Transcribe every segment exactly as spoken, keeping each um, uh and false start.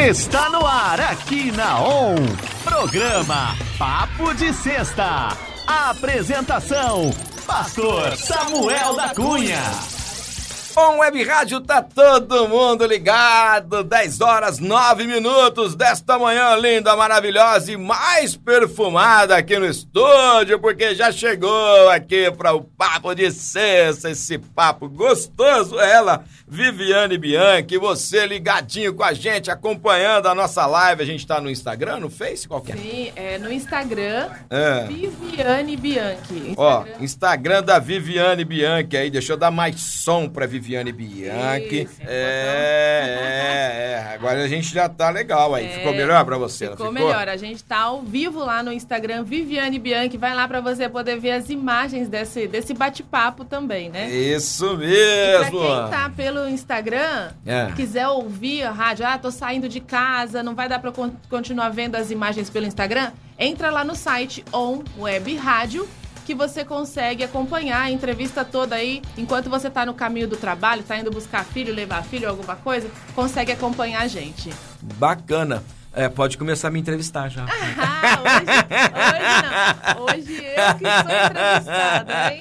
Está no ar aqui na On. Programa Papo de Sexta. Apresentação: Pastor Samuel da Cunha. On Web Rádio, tá todo mundo ligado, dez horas, nove minutos desta manhã linda, maravilhosa e mais perfumada aqui no estúdio, porque já chegou aqui para o Papo de Sexta, esse papo gostoso, ela, Viviane Bianchi, você ligadinho com a gente, acompanhando a nossa live, a gente tá no Instagram, no Face, qualquer? Sim, é no Instagram, é. Viviane Bianchi. Instagram. Ó, Instagram da Viviane Bianchi aí, deixa eu dar mais som pra Viviane Bianchi. Isso, é, é, é, agora a gente já tá legal aí. É, ficou melhor pra você? Ficou, ficou melhor. A gente tá ao vivo lá no Instagram Viviane Bianchi. Vai lá pra você poder ver as imagens desse, desse bate-papo também, né? Isso mesmo! E pra quem tá pelo Instagram, é. quiser ouvir a rádio, ah, tô saindo de casa, não vai dar pra continuar vendo as imagens pelo Instagram, entra lá no site On Web Rádio, que você consegue acompanhar a entrevista toda aí, enquanto você tá no caminho do trabalho, tá indo buscar filho, levar filho, alguma coisa, consegue acompanhar a gente. Bacana. É, pode começar a me entrevistar já. Ah, hoje, hoje não. Hoje eu que sou entrevistada, hein?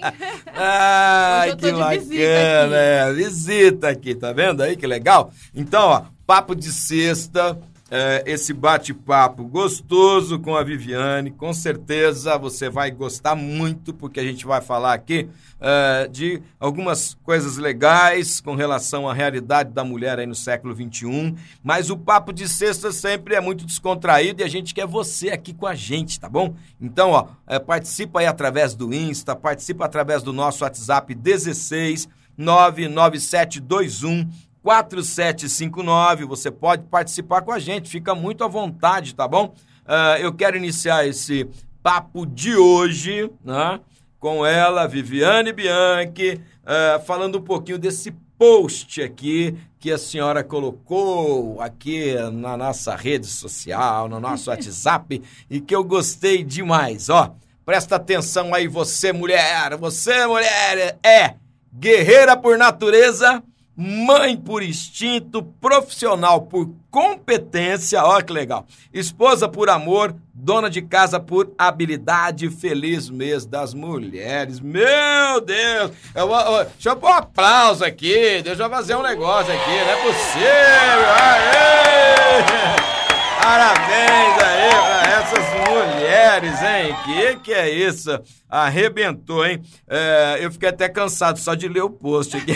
Ai, hoje eu tô que de bacana, visita aqui. É, visita aqui, tá vendo aí que legal? Então, ó, papo de sexta. É, esse bate-papo gostoso com a Viviane, com certeza você vai gostar muito, porque a gente vai falar aqui é, de algumas coisas legais com relação à realidade da mulher aí no século vinte e um, mas o papo de sexta sempre é muito descontraído e a gente quer você aqui com a gente, tá bom? Então, ó, é, participa aí através do Insta, participa através do nosso WhatsApp dezesseis nove nove sete dois um quatro sete cinco nove, você pode participar com a gente, fica muito à vontade, tá bom? Uh, eu quero iniciar esse papo de hoje, né, com ela, Viviane Bianchi, uh, falando um pouquinho desse post aqui que a senhora colocou aqui na nossa rede social, no nosso WhatsApp, e que eu gostei demais, ó. Presta atenção aí, você mulher, você mulher é guerreira por natureza, mãe por instinto, profissional por competência, ó que legal, esposa por amor, dona de casa por habilidade, feliz mês das mulheres. Meu Deus, eu vou, eu, deixa eu pôr um aplauso aqui, deixa eu fazer um negócio aqui, não é possível, aê! Parabéns aí pra essas mulheres, hein? Que que é isso? Arrebentou, hein? É, eu fiquei até cansado só de ler o post aqui.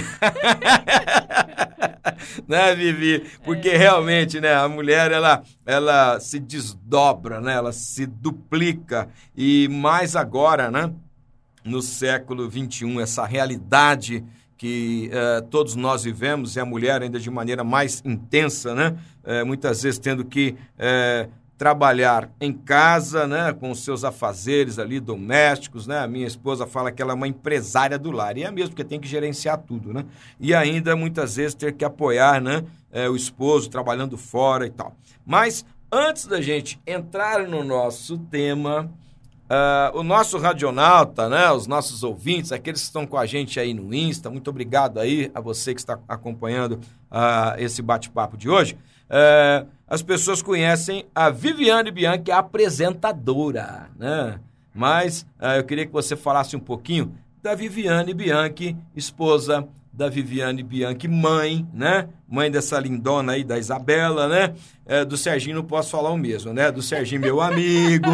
Né, Vivi? Porque é. realmente, né, a mulher, ela, ela se desdobra, né? Ela se duplica. E mais agora, né? No século vinte e um, essa realidade que uh, todos nós vivemos, e a mulher ainda de maneira mais intensa, né? Uh, muitas vezes tendo que uh, trabalhar em casa, né? Com os seus afazeres ali domésticos, né? A minha esposa fala que ela é uma empresária do lar, e é mesmo, porque tem que gerenciar tudo, né? E ainda muitas vezes ter que apoiar, né? Uh, o esposo trabalhando fora e tal. Mas antes da gente entrar no nosso tema, Uh, o nosso radionauta, né, os nossos ouvintes, aqueles que estão com a gente aí no Insta, muito obrigado aí a você que está acompanhando uh, esse bate-papo de hoje. Uh, as pessoas conhecem a Viviane Bianchi, a apresentadora, né? Mas uh, eu queria que você falasse um pouquinho da Viviane Bianchi, esposa da Viviane Bianchi, mãe, né? Mãe dessa lindona aí, da Isabela, né? É, do Serginho não posso falar o mesmo, né? Do Serginho, meu amigo.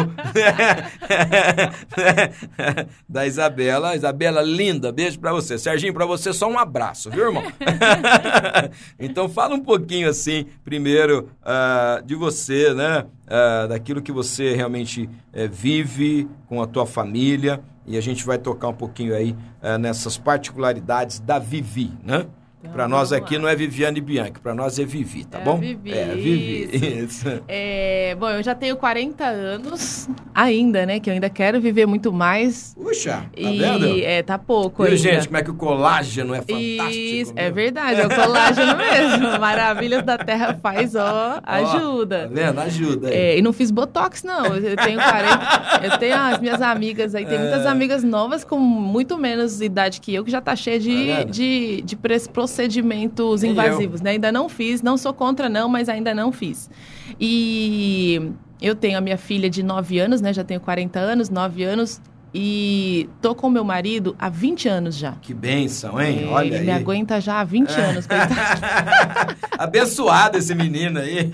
Da Isabela. Isabela, linda, beijo pra você. Serginho, pra você só um abraço, viu, irmão? Então fala um pouquinho, assim, primeiro, uh, de você, né? Uh, daquilo que você realmente uh, vive com a tua família. E a gente vai tocar um pouquinho aí uh, nessas particularidades da Vivi, né? Então, para nós aqui lá. Não é Viviane Bianchi, para nós é Vivi, tá é bom? Vivi, é Vivi. Isso. Isso. É, bom, eu já tenho quarenta anos ainda, né? Que eu ainda quero viver muito mais. Puxa, tá e, vendo? É, tá pouco Viu, ainda. gente, como é que o colágeno é fantástico. Isso, é verdade, é o colágeno mesmo. Maravilhas da Terra faz, ó, ajuda. Ó, tá vendo? Ajuda aí. É, e não fiz botox, não. Eu tenho quarenta, eu tenho as minhas amigas aí, tem é. muitas amigas novas com muito menos idade que eu, que já tá cheia de, tá de, de processos procedimentos invasivos, né? Ainda não fiz, não sou contra não, mas ainda não fiz. E eu tenho a minha filha de nove anos, né? Já tenho quarenta anos, nove anos... E tô com meu marido há vinte anos já. Que bênção, hein? É, Olha ele aí. me aguenta já há vinte anos. Abençoado esse menino aí.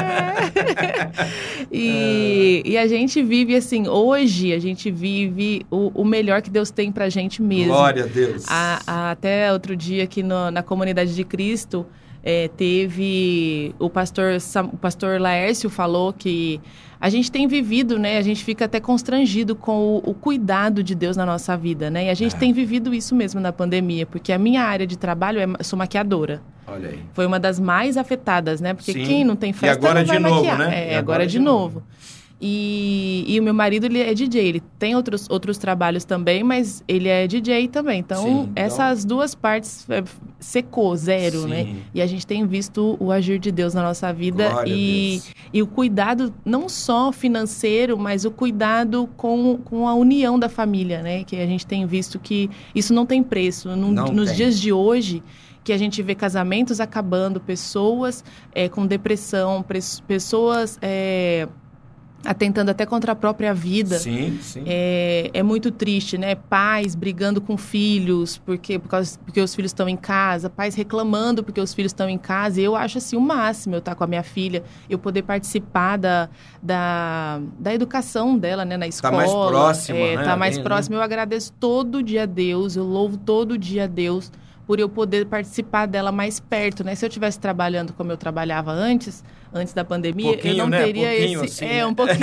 É. E, é. e a gente vive assim, hoje a gente vive o, o melhor que Deus tem pra gente mesmo. Glória a Deus. A, a, até outro dia aqui no, na Comunidade de Cristo, é, teve o pastor, o pastor Laércio falou que a gente tem vivido, né? A gente fica até constrangido com o, o cuidado de Deus na nossa vida, né? E a gente é. tem vivido isso mesmo na pandemia, porque a minha área de trabalho é eu sou maquiadora. Olha aí. Foi uma das mais afetadas, né? Porque Sim. quem não tem festa e agora não vai de novo, maquiar. Né? É, e agora, agora de, de novo. novo. E, e o meu marido, ele é D J, ele tem outros, outros trabalhos também, mas ele é D J também. Então, Sim, então... essas duas partes é, secou, zero, Sim. né? E a gente tem visto o agir de Deus na nossa vida e, e o cuidado, não só financeiro, mas o cuidado com, com a união da família, né? Que a gente tem visto que isso não tem preço. No, não nos tem. dias de hoje, que a gente vê casamentos acabando, pessoas é, com depressão, pessoas... É, atentando até contra a própria vida. Sim, sim. É, é muito triste, né? Pais brigando com filhos porque, por causa, porque os filhos estão em casa, pais reclamando porque os filhos estão em casa. E eu acho assim o máximo eu estar com a minha filha, eu poder participar da, da, da educação dela, né? Na escola. Tá mais próxima, é, né? Tá mais Bem, próxima. Né? Eu agradeço todo dia a Deus, eu louvo todo dia a Deus por eu poder participar dela mais perto, né? Se eu estivesse trabalhando como eu trabalhava antes, antes da pandemia, pouquinho, eu não né? teria pouquinho, esse... Assim, é, né? um pouquinho.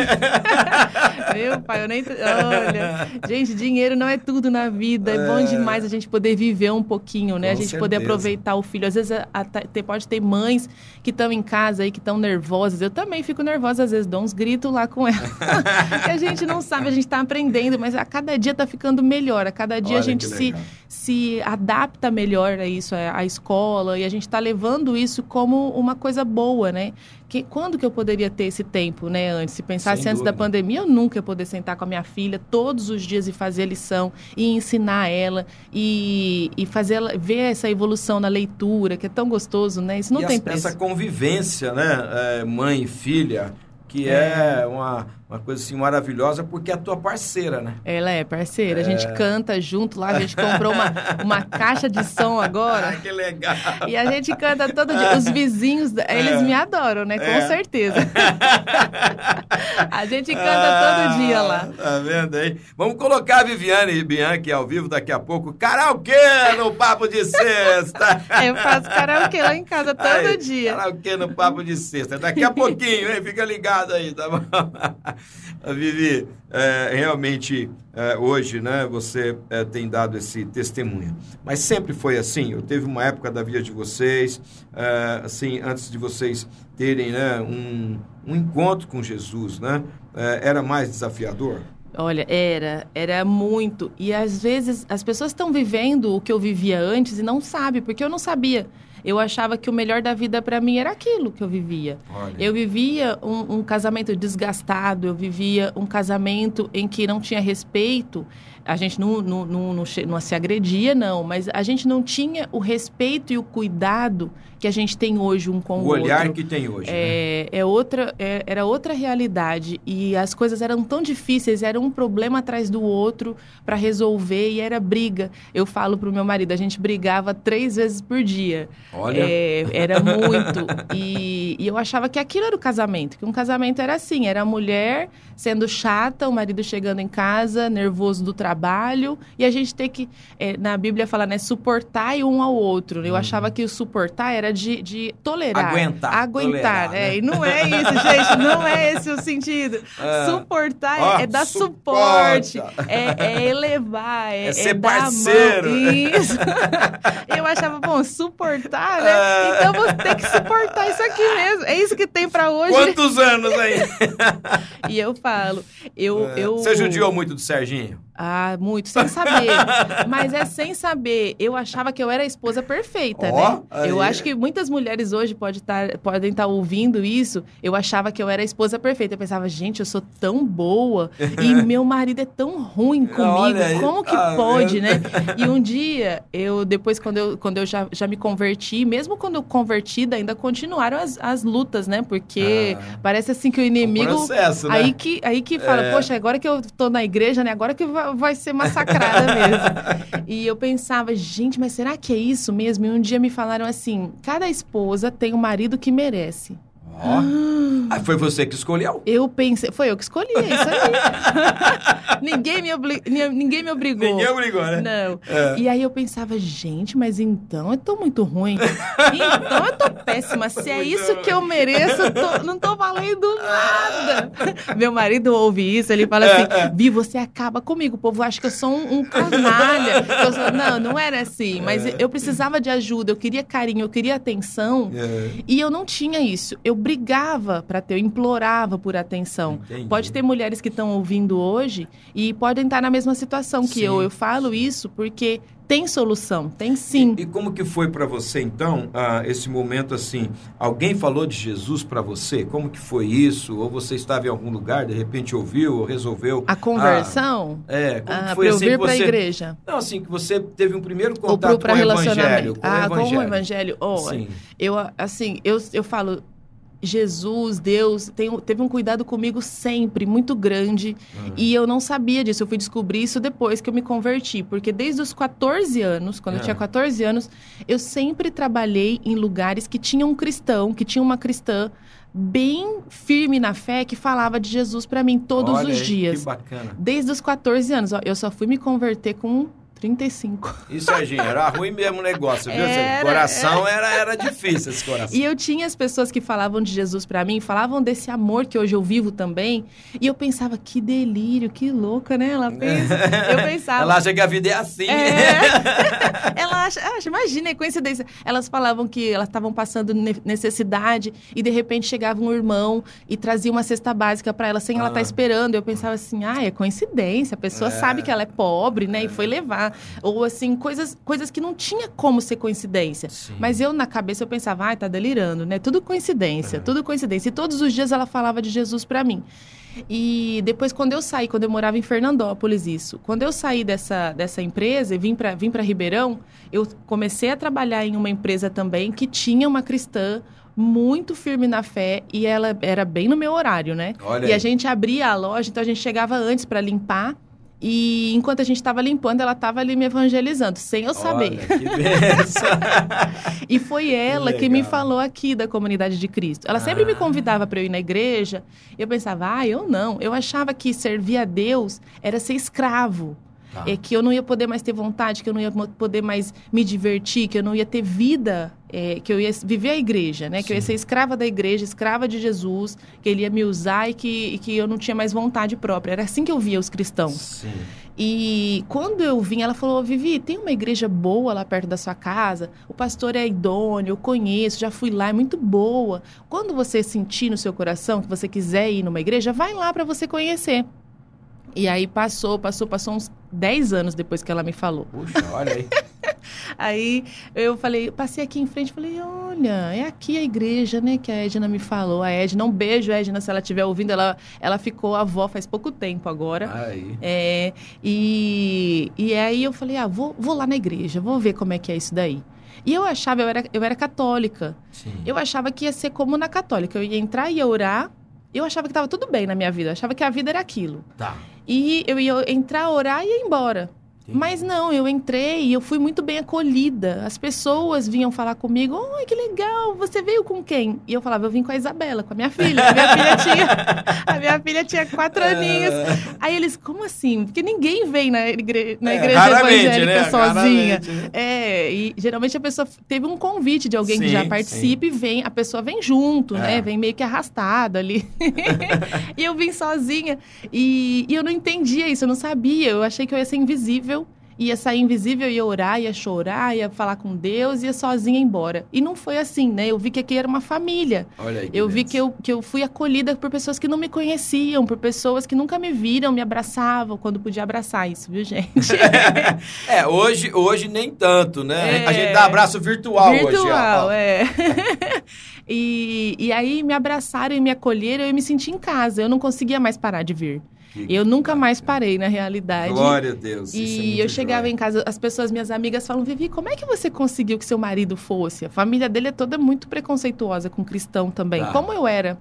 Meu pai, eu nem... Olha, gente, dinheiro não é tudo na vida. É, é bom demais a gente poder viver um pouquinho, né? Com a gente certeza. poder aproveitar o filho. Às vezes até, pode ter mães que estão em casa aí, que estão nervosas. Eu também fico nervosa, às vezes dou uns gritos lá com ela. Que a gente não sabe, a gente está aprendendo, mas a cada dia está ficando melhor. A cada dia Olha, a gente se, se adapta melhor a isso, a, a escola, e a gente está levando isso como uma coisa boa, né? Que, quando que eu poderia ter esse tempo, né, antes? Se pensasse Sem antes dúvida. da pandemia, eu nunca ia poder sentar com a minha filha todos os dias e fazer a lição, e ensinar ela, e, e fazer ela ver essa evolução na leitura, que é tão gostoso, né? Isso não e tem as, preço. Essa convivência, né, é, mãe e filha, que é, é uma, uma coisa assim maravilhosa, porque é a tua parceira, né? Ela é parceira, É. a gente canta junto lá, a gente comprou uma, uma caixa de som agora. Ah, que legal! E a gente canta todo dia. Os vizinhos, eles É. me adoram, né? Com É. certeza. A gente canta todo dia lá. Tá vendo aí? Vamos colocar a Viviane e Bianchi ao vivo daqui a pouco. Karaokê no Papo de Sexta! Eu faço karaokê lá em casa todo Aí, dia. Karaokê no Papo de Sexta. Daqui a pouquinho, hein? Fica ligado aí, tá bom? Vivi, é, realmente, é, hoje, né, você é, tem dado esse testemunho. Mas sempre foi assim? Eu teve uma época da vida de vocês, é, assim, antes de vocês terem, né, um, um encontro com Jesus, né? É, era mais desafiador? Olha, era, era muito. E às vezes as pessoas estão vivendo o que eu vivia antes e não sabem, porque eu não sabia. Eu achava que o melhor da vida para mim era aquilo que eu vivia. Olha. Eu vivia um, um casamento desgastado, eu vivia um casamento em que não tinha respeito. A gente não, não, não, não, não se agredia, não, mas a gente não tinha o respeito e o cuidado que a gente tem hoje um com o, o outro. O olhar outro. que tem hoje, é, né? É outra, é, era outra realidade e as coisas eram tão difíceis, era um problema atrás do outro para resolver e era briga. Eu falo pro meu marido, a gente brigava três vezes por dia. Olha. É, era muito. E, e eu achava que aquilo era o casamento, que um casamento era assim, era a mulher sendo chata, o marido chegando em casa, nervoso do trabalho, e a gente ter que, é, na Bíblia fala, né, suportar um ao outro. Eu hum. achava que o suportar era de, de tolerar. Aguentar. Aguentar, tolerar, é. né? E não é isso, gente, não é esse o sentido. Ah. Suportar Oh, é, é dar suporta. suporte, é, é elevar, é, É ser é dar parceiro. a mão. Isso. Eu achava, bom, suportar, né? Ah. Então vou ter que suportar isso aqui mesmo. É isso que tem pra hoje. Quantos anos aí? E eu falo, eu, É. eu... Você judiou muito do Serginho? Ah, muito, sem saber. Mas é sem saber. Eu achava que eu era a esposa perfeita, oh, né? Aí. Eu acho que muitas mulheres hoje pode tá, podem estar tá ouvindo isso. Eu achava que eu era a esposa perfeita. Eu pensava, gente, eu sou tão boa e meu marido é tão ruim comigo. Como que ah, pode, meu... né? E um dia, eu depois, quando eu, quando eu já, já me converti, mesmo quando eu convertida, ainda continuaram as, as lutas, né? Porque ah, parece assim que o inimigo... Um processo, né? Aí que, aí que fala, é. poxa, agora que eu tô na igreja, né? Agora que vai... vai ser massacrada mesmo. E eu pensava, gente, mas será que é isso mesmo? E um dia me falaram assim, cada esposa tem um marido que merece. Ó, oh. ah, foi você que escolheu? Eu pensei, foi eu que escolhi, é isso aí. ninguém, me obli... ninguém me obrigou. Ninguém obrigou, né? Não. É. E aí eu pensava, gente, mas então eu tô muito ruim. Então eu tô péssima. Se é isso que eu mereço, eu tô... não tô valendo nada. Meu marido ouve isso, ele fala assim, é, é. Vi, você acaba comigo. O povo acha que eu sou um, um canalha. Eu sou... Não, não era assim. Mas é. eu precisava de ajuda, eu queria carinho, eu queria atenção. É. E eu não tinha isso. Eu brigava para ter, eu implorava por atenção. Entendi. Pode ter mulheres que estão ouvindo hoje e podem estar na mesma situação que sim, eu. Eu falo sim. isso porque tem solução, tem sim. E, e como que foi para você, então, uh, esse momento assim? Alguém falou de Jesus para você? Como que foi isso? Ou você estava em algum lugar, de repente ouviu ou resolveu... A conversão? Ah, é, como ah, que foi pra assim eu vir que você... para a igreja? Não, assim, que você teve um primeiro contato ou pro, com o evangelho. Com ah, o evangelho. com o evangelho. Oh, sim. Eu, assim, eu, eu falo... Jesus, Deus, tem, teve um cuidado comigo sempre, muito grande. Uhum. E eu não sabia disso. Eu fui descobrir isso depois que eu me converti. Porque desde os quatorze anos, quando uhum. eu tinha quatorze anos, eu sempre trabalhei em lugares que tinham um cristão, que tinha uma cristã bem firme na fé, que falava de Jesus para mim todos Olha os aí, dias. Que bacana. Desde os quatorze anos. Ó, eu só fui me converter com... trinta e cinco. Isso, Serginho, era ruim mesmo o negócio, viu? Era, coração era, era difícil esse coração. E eu tinha as pessoas que falavam de Jesus pra mim, falavam desse amor que hoje eu vivo também, e eu pensava, que delírio, que louca, né? Ela pensa. Eu pensava... Ela acha que a vida é assim. É. Ela acha, acha, imagina, é coincidência. Elas falavam que elas estavam passando necessidade e de repente chegava um irmão e trazia uma cesta básica pra ela sem ah. ela estar esperando. Eu pensava assim, ah, é coincidência, a pessoa é. sabe que ela é pobre, né? É. E foi levar. Ou assim, coisas, coisas que não tinha como ser coincidência. Sim. Mas eu, na cabeça, eu pensava, ai, tá delirando, né? Tudo coincidência, é. tudo coincidência. E todos os dias ela falava de Jesus pra mim. E depois, quando eu saí, quando eu morava em Fernandópolis, isso. Quando eu saí dessa, dessa empresa e vim pra, vim pra Ribeirão, eu comecei a trabalhar em uma empresa também que tinha uma cristã muito firme na fé e ela era bem no meu horário, né? Olha e aí. A gente abria a loja, então a gente chegava antes pra limpar. E enquanto a gente estava limpando, ela estava ali me evangelizando, sem eu saber. Olha, que benção. E foi ela que, que me falou aqui da Comunidade de Cristo. Ela ah. sempre me convidava para eu ir na igreja. E eu pensava, ah, eu não. Eu achava que servir a Deus era ser escravo. Ah. É que eu não ia poder mais ter vontade, que eu não ia poder mais me divertir, que eu não ia ter vida, é, que eu ia viver a igreja, né? Sim. Que eu ia ser escrava da igreja, escrava de Jesus, que ele ia me usar e que, e que eu não tinha mais vontade própria. Era assim que eu via os cristãos. Sim. E quando eu vim, ela falou, Vivi, tem uma igreja boa lá perto da sua casa? O pastor é idôneo, eu conheço, já fui lá, é muito boa. Quando você sentir no seu coração que você quiser ir numa igreja, vai lá para você conhecer. E aí passou, passou, passou uns dez anos depois que ela me falou. Puxa, olha aí. Aí eu falei, passei aqui em frente, falei, olha, é aqui a igreja, né, que a Edna me falou. A Edna, um beijo, Edna, se ela estiver ouvindo, ela, ela ficou avó faz pouco tempo agora. Aí. É, e, e aí eu falei, ah, vou, vou lá na igreja, vou ver como é que é isso daí. E eu achava, eu era, eu era católica. Sim. Eu achava que ia ser como na católica, eu ia entrar e ia orar. Eu achava que estava tudo bem na minha vida. Eu achava que a vida era aquilo. Tá. E eu ia entrar, orar e ia embora. Sim. Mas não, eu entrei e eu fui muito bem acolhida. As pessoas vinham falar comigo, oi, que legal, você veio com quem? E eu falava, eu vim com a Isabela, com a minha filha. A minha filha tinha, a minha filha tinha quatro aninhos. Aí eles, como assim? Porque ninguém vem na, igre... na igreja é, evangélica, né? Sozinha. Né? É, e geralmente a pessoa teve um convite de alguém sim, que já participa sim. e vem, a pessoa vem junto, é. né? Vem meio que arrastada ali. E eu vim sozinha. E, e eu não entendia isso, eu não sabia. Eu achei que eu ia ser invisível. ia sair invisível, ia orar, ia chorar, ia falar com Deus, ia sozinha embora. E não foi assim, né? Eu vi que aqui era uma família. Olha aí, que eu vi que eu, que eu fui acolhida por pessoas que não me conheciam, por pessoas que nunca me viram, me abraçavam, quando podia abraçar isso, viu, gente? é, hoje, hoje nem tanto, né? É... A gente dá abraço virtual, virtual hoje. Virtual, é. e, e aí me abraçaram e me acolheram e eu me senti em casa. Eu não conseguia mais parar de vir. Que eu nunca mais parei, na realidade. Glória a Deus. E isso é eu chegava jóia. em casa, as pessoas, minhas amigas, falam, Vivi, como é que você conseguiu que seu marido fosse? A família dele é toda muito preconceituosa com cristão também, Tá. como eu era.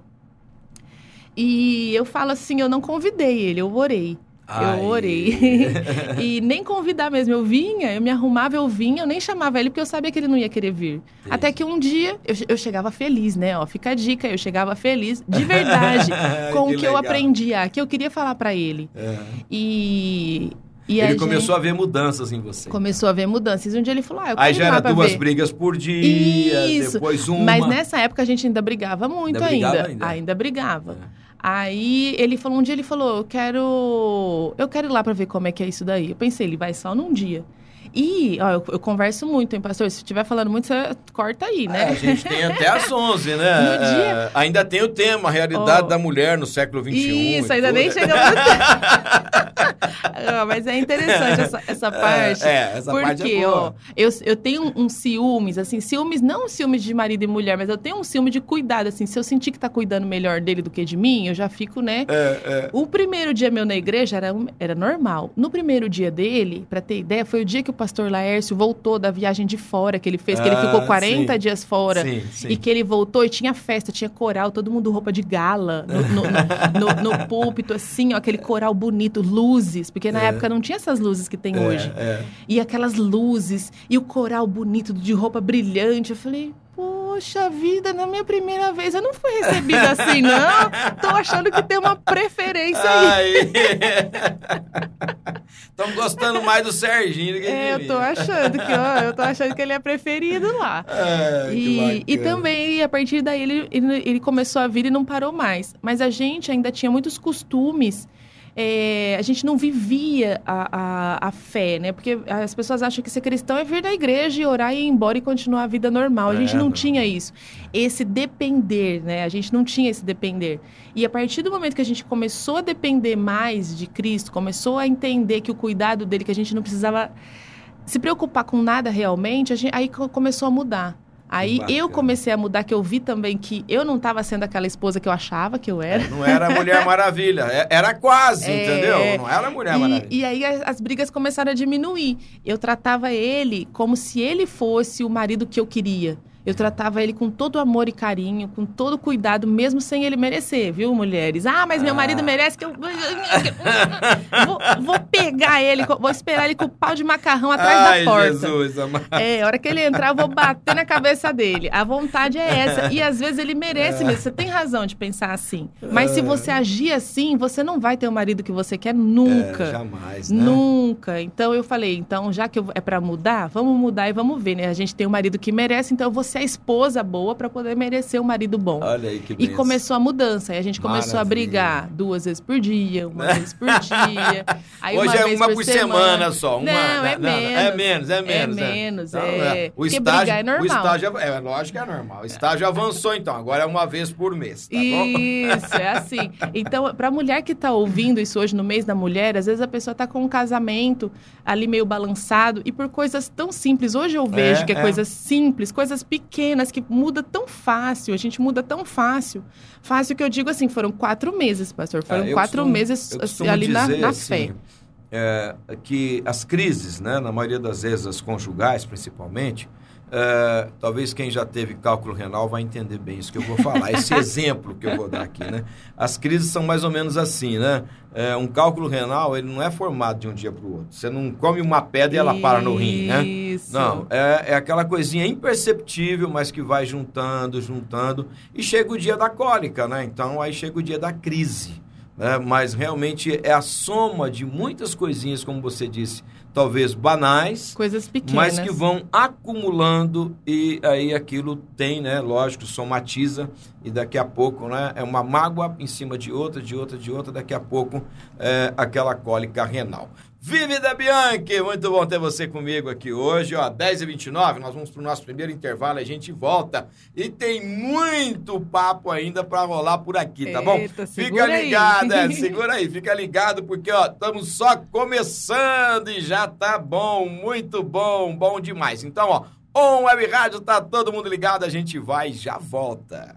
E eu falo assim, eu não convidei ele, eu orei. Ai. Eu orei. E nem convidar mesmo. Eu vinha, eu me arrumava, eu vinha, eu nem chamava ele, porque eu sabia que ele não ia querer vir. Entendi. Até que um dia, eu, eu chegava feliz, né? Ó, fica a dica, eu chegava feliz, de verdade, com que o que eu legal. aprendi, que eu queria falar pra ele. É. E... E ele a começou gente... a ver mudanças em você. Começou a ver mudanças. E um dia ele falou, ah, eu Aí já era duas ver. brigas por dia, Isso. depois uma. Mas nessa época a gente ainda brigava muito ainda. Brigava ainda. ainda. Ainda brigava. É. Aí ele falou, um dia ele falou, eu quero, eu quero ir lá pra ver como é que é isso daí. Eu pensei, ele vai só num dia. E, ó, eu, eu converso muito, hein, pastor? Se estiver falando muito, você corta aí, né? É, a gente tem até às onze, né? No dia... É, ainda tem o tema, a realidade oh. da mulher no século vinte e um. Isso, ainda tudo. nem chegamos no tema. Mas é interessante essa, essa parte. É, é essa porque, parte é boa. ó, eu, eu tenho um, um ciúmes, assim, ciúmes, não ciúmes de marido e mulher, mas eu tenho um ciúme de cuidado, assim, se eu sentir que tá cuidando melhor dele do que de mim, eu já fico, né? É, é. O primeiro dia meu na igreja era, era normal. No primeiro dia dele, pra ter ideia, foi o dia que o pastor Laércio voltou da viagem de fora que ele fez, que ele Ah, ficou quarenta sim. dias fora. Sim, sim. E que ele voltou e tinha festa, tinha coral, todo mundo roupa de gala, no, no, no, no, no púlpito, assim, ó, aquele coral bonito, luzes, porque na É. época não tinha essas luzes que tem É, hoje. é. E aquelas luzes, e o coral bonito, de roupa brilhante. Eu falei, poxa vida, na minha primeira vez eu não fui recebida assim, não. Tô achando que tem uma preferência aí. Estão gostando mais do Serginho do que É, de eu tô mim. achando que, ó, eu tô achando que ele é preferido lá. É, E, e também, a partir daí, ele, ele, ele começou a vir e não parou mais. Mas a gente ainda tinha muitos costumes. É, a gente não vivia a, a, a fé, né? Porque as pessoas acham que ser cristão é vir da igreja e orar e ir embora e continuar a vida normal. A gente É, não, não tinha isso. Esse depender, né? A gente não tinha esse depender. E a partir do momento que a gente começou a depender mais de Cristo, começou a entender que o cuidado dele, que a gente não precisava se preocupar com nada realmente, a gente, aí começou a mudar. Aí Bacana. eu comecei a mudar, que eu vi também que eu não estava sendo aquela esposa que eu achava que eu era. Não era a Mulher Maravilha, era quase, É, entendeu? Não era a Mulher e, Maravilha. E aí as, as brigas começaram a diminuir. Eu tratava ele como se ele fosse o marido que eu queria. Eu tratava ele com todo amor e carinho, com todo cuidado, mesmo sem ele merecer, viu, mulheres? Ah, mas meu Ah. marido merece que eu... vou, vou pegar ele, vou esperar ele com o pau de macarrão atrás Ai, da porta. Jesus, amado. É, a hora que ele entrar, eu vou bater na cabeça dele. A vontade é essa. E às vezes ele merece mesmo. Você tem razão de pensar assim. Mas se você agir assim, você não vai ter o marido que você quer nunca. É, jamais, né? Nunca. Então eu falei, então já que eu- é pra mudar, vamos mudar e vamos ver, né? A gente tem um marido que merece, então eu vou ser a esposa boa pra poder merecer um marido bom. Olha aí que E bênção. começou a mudança. Aí a gente começou Maravilha. a brigar duas vezes por dia, uma vez por dia. Aí Hoje uma é vez uma por semana, só. Uma, não, é não, menos. É menos, é menos. É menos, Não, é. O Porque estágio, brigar é normal. O estágio, é, lógico que é normal. O estágio avançou, então. Agora é uma vez por mês, tá bom? Isso, é assim. Então, pra mulher que tá ouvindo isso hoje no mês da mulher, às vezes a pessoa tá com um casamento ali meio balançado e por coisas tão simples. Hoje eu vejo É, que é, é. coisas simples, coisas pequenas, que muda tão fácil. A gente muda tão fácil. Fácil que eu digo assim, foram quatro meses, pastor. Foram É, eu quatro costumo- meses eu assim, costumo ali na, dizer, na assim, fé. é, que as crises, né, na maioria das vezes, as conjugais principalmente, é, talvez quem já teve cálculo renal vai entender bem isso que eu vou falar, esse exemplo que eu vou dar aqui, né? As crises são mais ou menos assim, né? É, um cálculo renal, ele não é formado de um dia para o outro. Você não come uma pedra e ela para no rim, né? Isso. Não, é, é aquela coisinha imperceptível, mas que vai juntando, juntando, e chega o dia da cólica, né? Então, aí chega o dia da crise. Né? Mas realmente é a soma de muitas coisinhas, como você disse, talvez banais, Coisas pequenas. mas que vão acumulando e aí aquilo tem, né, lógico, somatiza e daqui a pouco, né, é uma mágoa em cima de outra, de outra, de outra, daqui a pouco é aquela cólica renal. Vivi da Bianchi, muito bom ter você comigo aqui hoje, ó, dez e vinte e nove, nós vamos pro nosso primeiro intervalo, a gente volta e tem muito papo ainda pra rolar por aqui, tá bom? Eita, fica ligado, é, segura aí, fica ligado porque, ó, estamos só começando e já tá bom, muito bom, bom demais. Então, ó, On Web Rádio, tá todo mundo ligado, a gente vai e já volta.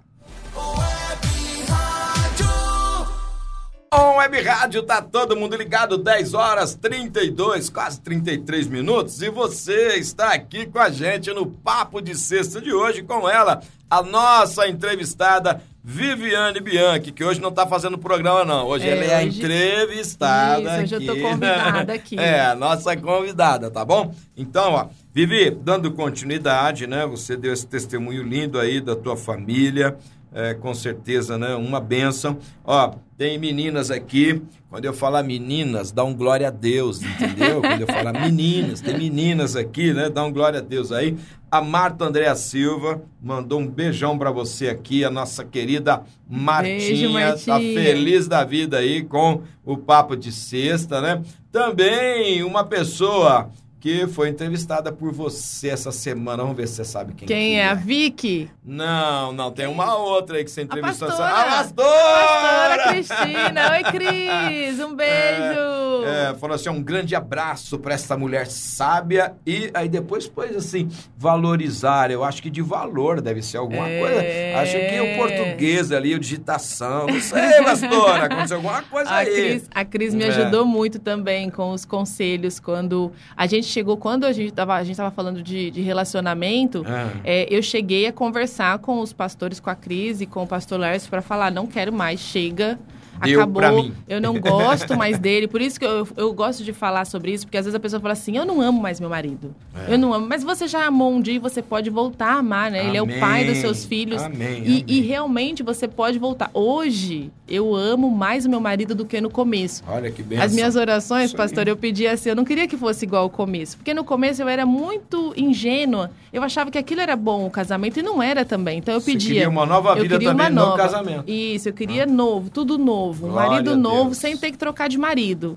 On Web Rádio, tá todo mundo ligado, dez horas, trinta e dois, quase trinta e três minutos, e você está aqui com a gente no Papo de Sexta de hoje, com ela, a nossa entrevistada Viviane Bianchi, que hoje não tá fazendo programa não, hoje é, ela é hoje... a entrevistada. Isso, hoje aqui, eu tô convidada aqui. É, a nossa convidada, tá bom? Então, ó, Vivi, dando continuidade, né, você deu esse testemunho lindo aí da tua família, é, com certeza, né, uma bênção. Ó, tem meninas aqui, quando eu falar meninas, dá um glória a Deus, entendeu? Quando eu falar meninas, tem meninas aqui, né, dá um glória a Deus aí. A Marta Andréa Silva mandou um beijão pra você aqui, a nossa querida Martinha, Beijo, Martinha, tá feliz da vida aí com o Papo de Sexta, né? Também uma pessoa que foi entrevistada por você essa semana. Vamos ver se você sabe quem, quem que é. é. A Vicky? Não, não. Tem uma outra aí que você entrevistou. A pastora. A pastora! Pastora Cristina. Oi, Cris. Um beijo. É, é, falou assim, um grande abraço para essa mulher sábia. E aí depois pôs assim, valorizar. Eu acho que de valor deve ser alguma é... coisa. Acho que o português ali, o digitação. Não sei, pastora. Aconteceu alguma coisa a aí. Cris, a Cris me é. ajudou muito também com os conselhos quando a gente chegou, quando a gente estava a gente tava falando de, de relacionamento, é. É, eu cheguei a conversar com os pastores, com a Cris e com o pastor Lércio para falar, não quero mais, chega, Deu acabou, pra mim. Eu não gosto mais dele, por isso que eu, eu gosto de falar sobre isso, porque às vezes a pessoa fala assim, eu não amo mais meu marido, é. eu não amo, mas você já amou um dia e você pode voltar a amar, né? Amém. Ele é o pai dos seus filhos. Amém, e, amém. e realmente você pode voltar. Hoje, eu amo mais o meu marido do que no começo. Olha que bênção. As minhas orações, pastor, eu pedia assim, eu não queria que fosse igual ao começo, porque no começo eu era muito ingênua, eu achava que aquilo era bom, o casamento, e não era também, então eu pedia... Você queria uma nova vida também no casamento. Isso, eu queria ah. novo, tudo novo, um Glória marido novo, novo sem ter que trocar de marido.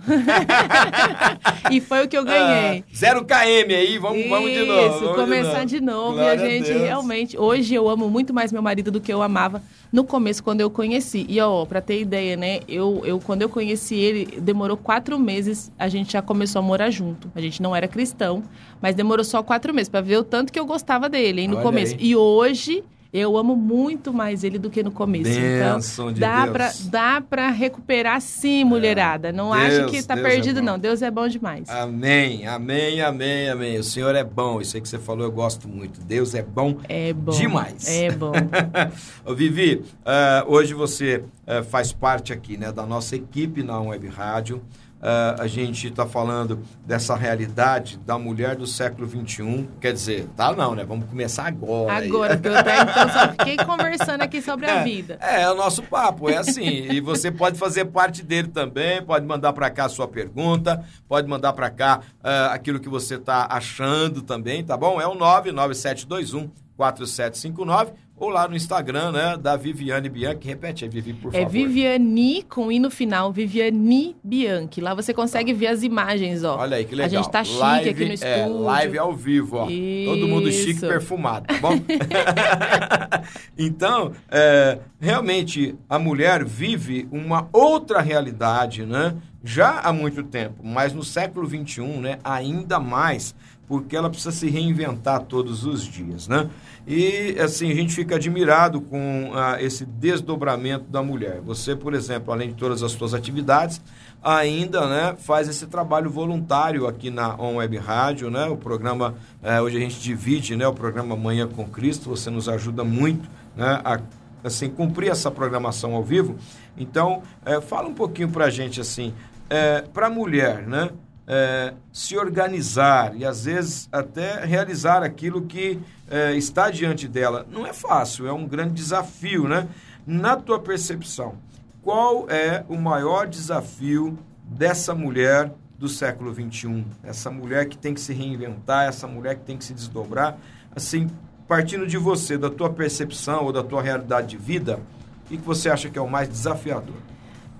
E foi o que eu ganhei. Ah, zero quilômetros aí, vamos, Isso, vamos de novo. Isso, começar de novo. Glória e a gente a realmente... Hoje eu amo muito mais meu marido do que eu amava no começo, quando eu conheci. E, ó, pra ter ideia, né? Eu, eu, quando eu conheci ele, demorou quatro meses, a gente já começou a morar junto. A gente não era cristão, mas demorou só quatro meses, pra ver o tanto que eu gostava dele, hein, no Olha começo. Aí. E hoje... Eu amo muito mais ele do que no começo. Bênção então, de dá Deus. pra, dá pra recuperar sim, mulherada. Não Deus, acha que tá Deus perdido, é não. Deus é bom demais. Amém, amém, amém, amém. O Senhor é bom. Isso aí que você falou, eu gosto muito. Deus é bom, é bom demais. É bom. Ô, Vivi, uh, hoje você uh, faz parte aqui, né, da nossa equipe na Web Rádio. Uh, a gente está falando dessa realidade da mulher do século vinte e um. Quer dizer, tá não, né? Vamos começar agora. Agora, que eu até então só fiquei conversando aqui sobre a é, vida. É, é o nosso papo, é assim. E você pode fazer parte dele também, pode mandar para cá a sua pergunta, pode mandar para cá uh, aquilo que você está achando também, tá bom? É o nove nove sete dois um quatro sete cinco nove ou lá no Instagram, né, da Viviane Bianchi. Repete aí, Vivi, por favor. É Viviane, com i no final, Viviane Bianchi. Lá você consegue ver as imagens, ó. Olha aí, que legal. A gente tá chique live, aqui no estúdio. É, live ao vivo, ó. Isso. Todo mundo chique, perfumado, tá bom? Então, é, realmente, a mulher vive uma outra realidade, né? Já há muito tempo, mas no século vinte e um, né, ainda mais, porque ela precisa se reinventar todos os dias, né? E, assim, a gente fica admirado com ah, esse desdobramento da mulher. Você, por exemplo, além de todas as suas atividades, ainda, né, faz esse trabalho voluntário aqui na On Web Rádio, né? O programa, eh, hoje a gente divide, né, o programa Manhã com Cristo, você nos ajuda muito, né, a, assim, cumprir essa programação ao vivo. Então, eh, fala um pouquinho pra gente, assim, eh, pra mulher, né? É, se organizar e às vezes até realizar aquilo que é, está diante dela. Não é fácil, é um grande desafio, né? Na tua percepção, qual é o maior desafio dessa mulher do século vinte e um? Essa mulher que tem que se reinventar, essa mulher que tem que se desdobrar, assim, partindo de você, da tua percepção ou da tua realidade de vida, o que você acha que é o mais desafiador?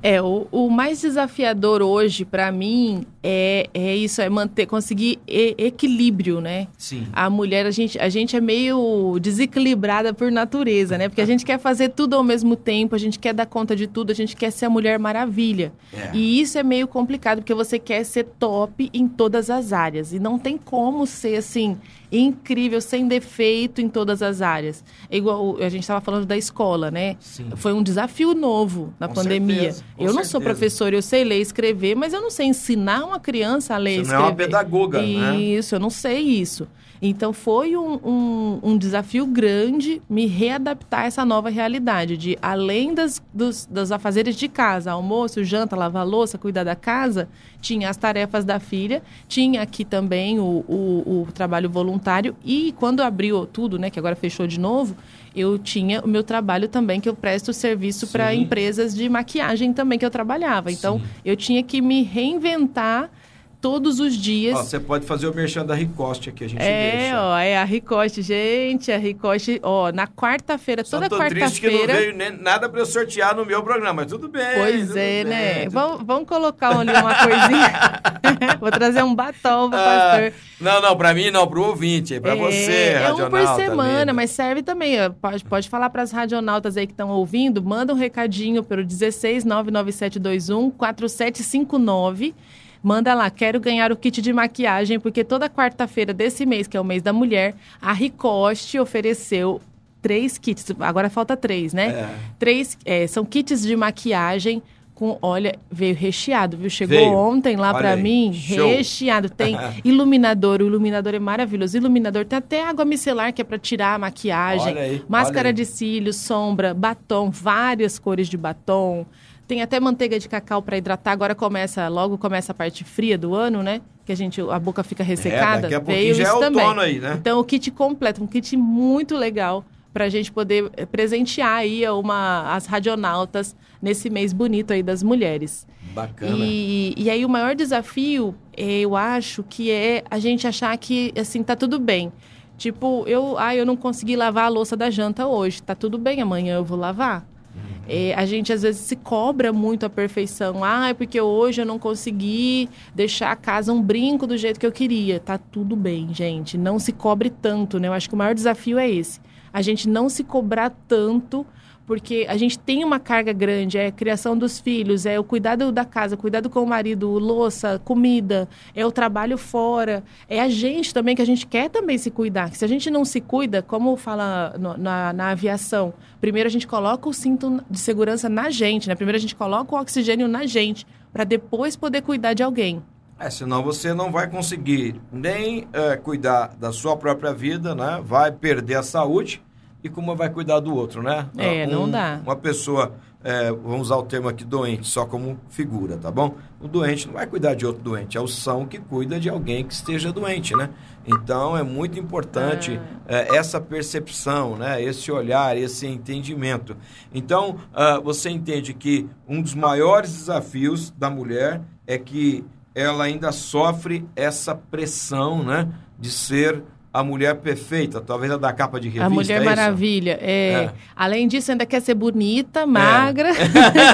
É, o, o mais desafiador hoje, para mim, é, é isso, é manter, conseguir e, equilíbrio, né? Sim. A mulher, a gente, a gente é meio desequilibrada por natureza, né? Porque a gente quer fazer tudo ao mesmo tempo, a gente quer dar conta de tudo, a gente quer ser a Mulher Maravilha. É. E isso é meio complicado, porque você quer ser top em todas as áreas. E não tem como ser, assim, incrível, sem defeito em todas as áreas. É igual, a gente estava falando da escola, né? Sim. Foi um desafio novo na com pandemia. Certeza, eu não certeza. sou professora, eu sei ler e escrever, mas eu não sei ensinar uma criança a ler e escrever. Você não é uma pedagoga, né? Isso, eu não sei isso. Então, foi um, um, um desafio grande me readaptar a essa nova realidade de, além das, dos, dos afazeres de casa, almoço, janta, lavar louça, cuidar da casa, tinha as tarefas da filha, tinha aqui também o, o, o trabalho voluntário e quando abriu tudo, né, que agora fechou de novo, eu tinha o meu trabalho também, que eu presto serviço para empresas de maquiagem também que eu trabalhava. Então, Sim. eu tinha que me reinventar todos os dias. Ó, você pode fazer o merchan da Ricoste aqui, a gente é, deixa. É, ó, é a Ricoste, gente, a Ricoste, ó, na quarta-feira, toda quarta-feira... Só tô triste que não veio nem nada para eu sortear no meu programa, mas tudo bem. Pois tudo é, bem, né? tudo... Vamos, vamos colocar ali uma coisinha. Vou trazer um batom pro ah, pastor. Não, não, para mim não, pro ouvinte, é para é, você, É um por semana, linda. Mas serve também, ó, pode, pode falar para as radionautas aí que estão ouvindo, manda um recadinho pelo dezesseis nove nove sete dois um quatro sete cinco nove. Manda lá, quero ganhar o kit de maquiagem, porque toda quarta-feira desse mês, que é o mês da mulher, a Ricoste ofereceu três kits, agora falta três, né? É. Três, é, são kits de maquiagem com, olha, veio recheado, viu? Chegou veio. ontem lá pra aí. mim, Show. recheado. Tem iluminador, o iluminador é maravilhoso. Iluminador, tem até água micelar, que é pra tirar a maquiagem. Aí, máscara de cílios, sombra, batom, várias cores de batom. Tem até manteiga de cacau para hidratar. Agora começa, logo começa a parte fria do ano, né? Que a gente, a boca fica ressecada. É, daqui a pouquinho já é outono aí, né? Então, o kit completo, um kit muito legal para a gente poder presentear aí uma, as radionautas nesse mês bonito aí das mulheres. Bacana. E, e aí o maior desafio, eu acho, que é a gente achar que, assim, tá tudo bem. Tipo, eu, ah, eu não consegui lavar a louça da janta hoje. Tá tudo bem, amanhã eu vou lavar. É, a gente às vezes se cobra muito a perfeição. Ah, é porque hoje eu não consegui deixar a casa um brinco do jeito que eu queria. Tá tudo bem, gente. Não se cobre tanto, né? Eu acho que o maior desafio é esse. A gente não se cobrar tanto, porque a gente tem uma carga grande. É a criação dos filhos, é o cuidado da casa, cuidado com o marido, louça, comida, é o trabalho fora. É a gente também, que a gente quer também se cuidar. Que se a gente não se cuida, como fala no, na, na aviação, primeiro a gente coloca o cinto de segurança na gente, né? Primeiro a gente coloca o oxigênio na gente, para depois poder cuidar de alguém. É, senão você não vai conseguir nem é, cuidar da sua própria vida, né? Vai perder a saúde. E como vai cuidar do outro, né? É, um, não dá. Uma pessoa, é, vamos usar o termo aqui, doente, só como figura, tá bom? O doente não vai cuidar de outro doente, é o são que cuida de alguém que esteja doente, né? Então, é muito importante ah. é, essa percepção, né? Esse olhar, esse entendimento. Então, uh, você entende que um dos maiores desafios da mulher é que ela ainda sofre essa pressão, né? De ser a mulher perfeita, talvez a da capa de revista. A Mulher é Maravilha. É. É. Além disso, ainda quer ser bonita, magra. É.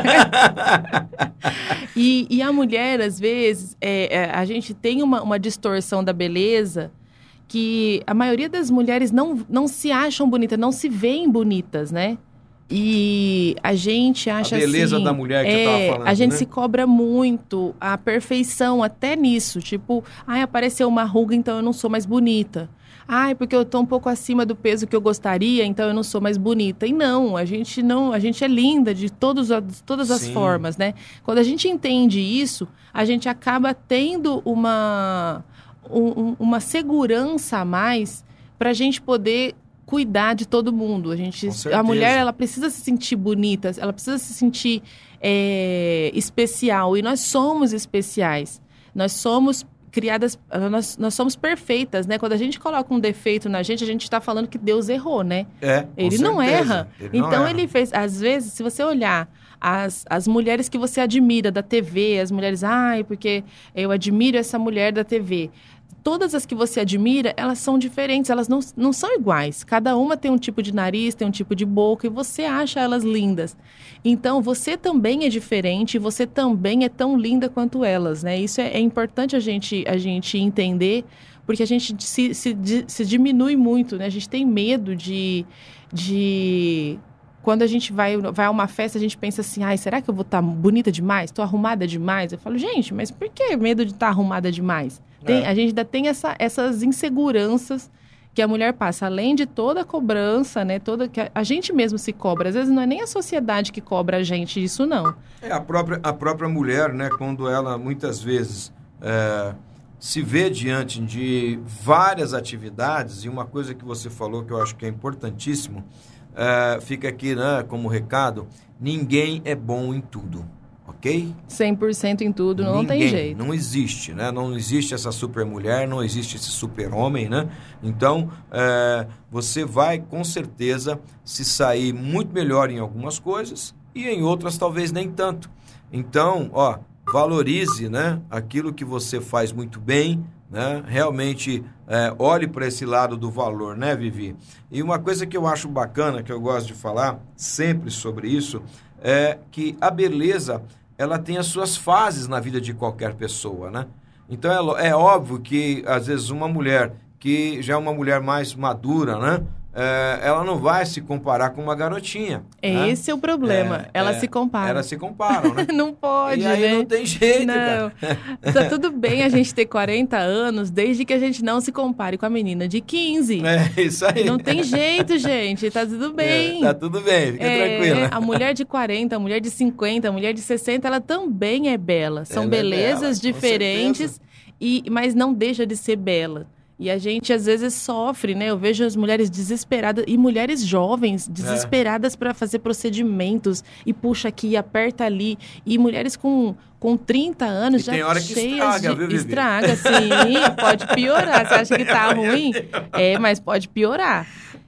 e, e a mulher, às vezes, é, é, a gente tem uma, uma distorção da beleza que a maioria das mulheres não, não se acham bonitas, não se veem bonitas, né? E a gente acha assim... A beleza assim, da mulher que é, você estava falando, a gente né? se cobra muito a perfeição até nisso. Tipo, ai, apareceu uma ruga, então eu não sou mais bonita. Ai, porque eu tô um pouco acima do peso que eu gostaria, então eu não sou mais bonita. E não, a gente não, a gente é linda de todos, todas as Sim. formas, né? Quando a gente entende isso, a gente acaba tendo uma, um, uma segurança a mais para a gente poder cuidar de todo mundo. A gente, a mulher, ela precisa se sentir bonita, ela precisa se sentir é, especial. E nós somos especiais. Nós somos criadas, nós, nós somos perfeitas, né? Quando a gente coloca um defeito na gente, a gente está falando que Deus errou, né? É, ele com não certeza. erra. Ele então não erra. Ele fez, às vezes, se você olhar as, as mulheres que você admira da T V, as mulheres, ai, porque eu admiro essa mulher da T V. todas as que você admira, elas são diferentes, elas não, não são iguais. Cada uma tem um tipo de nariz, tem um tipo de boca e você acha elas lindas. Então, você também é diferente e você também é tão linda quanto elas, né? Isso é, é importante a gente, a gente entender, porque a gente se, se, se diminui muito, né? A gente tem medo de... de... Quando a gente vai, vai a uma festa, a gente pensa assim, ai, será que eu vou estar bonita demais? Estou arrumada demais? Eu falo, gente, mas por que medo de estar arrumada demais? Tem, é. A gente ainda tem essa, essas inseguranças que a mulher passa, além de toda a cobrança, né? Toda, que a, a gente mesmo se cobra. Às vezes não é nem a sociedade que cobra a gente, isso não. É, a própria, a própria mulher, né? Quando ela, muitas vezes, é, se vê diante de várias atividades, e uma coisa que você falou que eu acho que é importantíssimo, Uh, fica aqui, né, como recado, ninguém é bom em tudo, ok? cem por cento em tudo, não ninguém, tem jeito. Não existe, né? Não existe essa super mulher, não existe esse super homem, né? Então, uh, você vai, com certeza, se sair muito melhor em algumas coisas e em outras talvez nem tanto. Então, ó, valorize, né, aquilo que você faz muito bem, né? Realmente é, olhe para esse lado do valor, né, Vivi? E uma coisa que eu acho bacana, que eu gosto de falar sempre sobre isso, é que a beleza, ela tem as suas fases na vida de qualquer pessoa, né? Então é, é óbvio que às vezes uma mulher que já é uma mulher mais madura, né? É, ela não vai se comparar com uma garotinha. Né? Esse é o problema. É, elas é, se comparam. Elas se comparam, né? Não pode, e aí né? não tem jeito, não. cara. Tá tudo bem a gente ter quarenta anos, desde que a gente não se compare com a menina de quinze. É, isso aí. Não tem jeito, gente. Tá tudo bem. É, tá tudo bem, fica é, tranquila. A mulher de quarenta, a mulher de cinquenta, a mulher de sessenta, ela também é bela. São ela belezas é bela, diferentes, e, mas não deixa de ser bela. E a gente, às vezes, sofre, né? Eu vejo as mulheres desesperadas, e mulheres jovens, desesperadas é. para fazer procedimentos, e puxa aqui, aperta ali. E mulheres com, com trinta anos e já tem hora que cheias estraga, de... viu, Vivi? Estraga, sim, pode piorar. Você acha que tá ruim? É, mas pode piorar.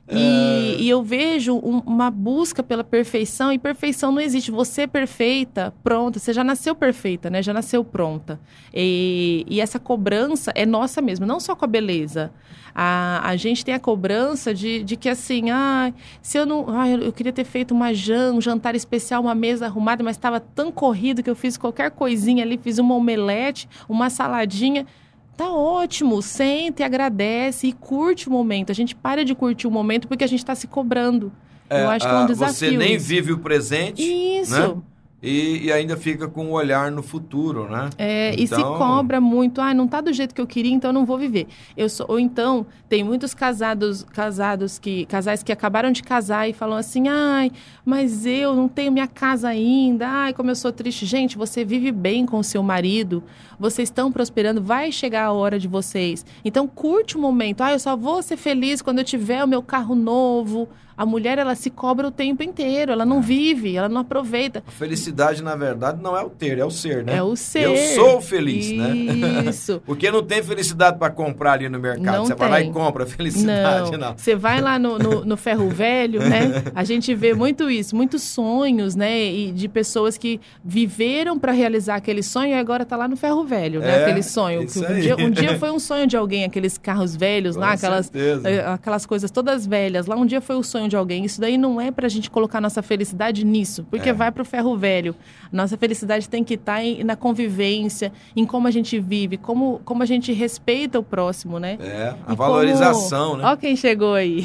E, e eu vejo um, uma busca pela perfeição, e perfeição não existe. Você é perfeita, pronta, você já nasceu perfeita, né? Já nasceu pronta. E, e essa cobrança é nossa mesmo, não só com a beleza. A, a gente tem a cobrança de, de que assim, ah, se eu não. Ah, eu, eu queria ter feito uma jan, um jantar especial, uma mesa arrumada, mas estava tão corrido que eu fiz qualquer coisinha ali, fiz uma omelete, uma saladinha. Tá ótimo, senta e agradece e curte o momento. A gente para de curtir o momento porque a gente está se cobrando. É, Eu acho que é um desafio. Você nem isso. vive o presente. Isso. Né? E, e ainda fica com um olhar no futuro, né? É, então... e se cobra muito. Ah, não tá do jeito que eu queria, então eu não vou viver. Eu sou, ou então, tem muitos casados, casados que, casais que acabaram de casar e falam assim, ai, mas eu não tenho minha casa ainda, ai, como eu sou triste. Gente, você vive bem com o seu marido, vocês estão prosperando, vai chegar a hora de vocês. Então, curte o momento. Ah, eu só vou ser feliz quando eu tiver o meu carro novo. A mulher, ela se cobra o tempo inteiro, ela não é. vive, ela não aproveita. A felicidade, na verdade, não é o ter, é o ser, né? É o ser. Eu sou feliz, Isso. né? Isso. Porque não tem felicidade para comprar ali no mercado. Não Você tem. vai lá e compra felicidade, não. Você vai lá no, no, no ferro velho, né? A gente vê muito isso, muitos sonhos, né? E de pessoas que viveram para realizar aquele sonho e agora tá lá no ferro velho, né? É, aquele sonho. Isso um, aí. dia, um dia foi um sonho de alguém, aqueles carros velhos Com lá, aquelas, certeza. aquelas coisas todas velhas. Lá um dia foi o sonho de alguém. Isso daí não é pra gente colocar nossa felicidade nisso, porque é. vai pro ferro velho. Nossa felicidade tem que estar em, na convivência, em como a gente vive, como, como a gente respeita o próximo, né? É, a e valorização, como... né? Ó quem chegou aí.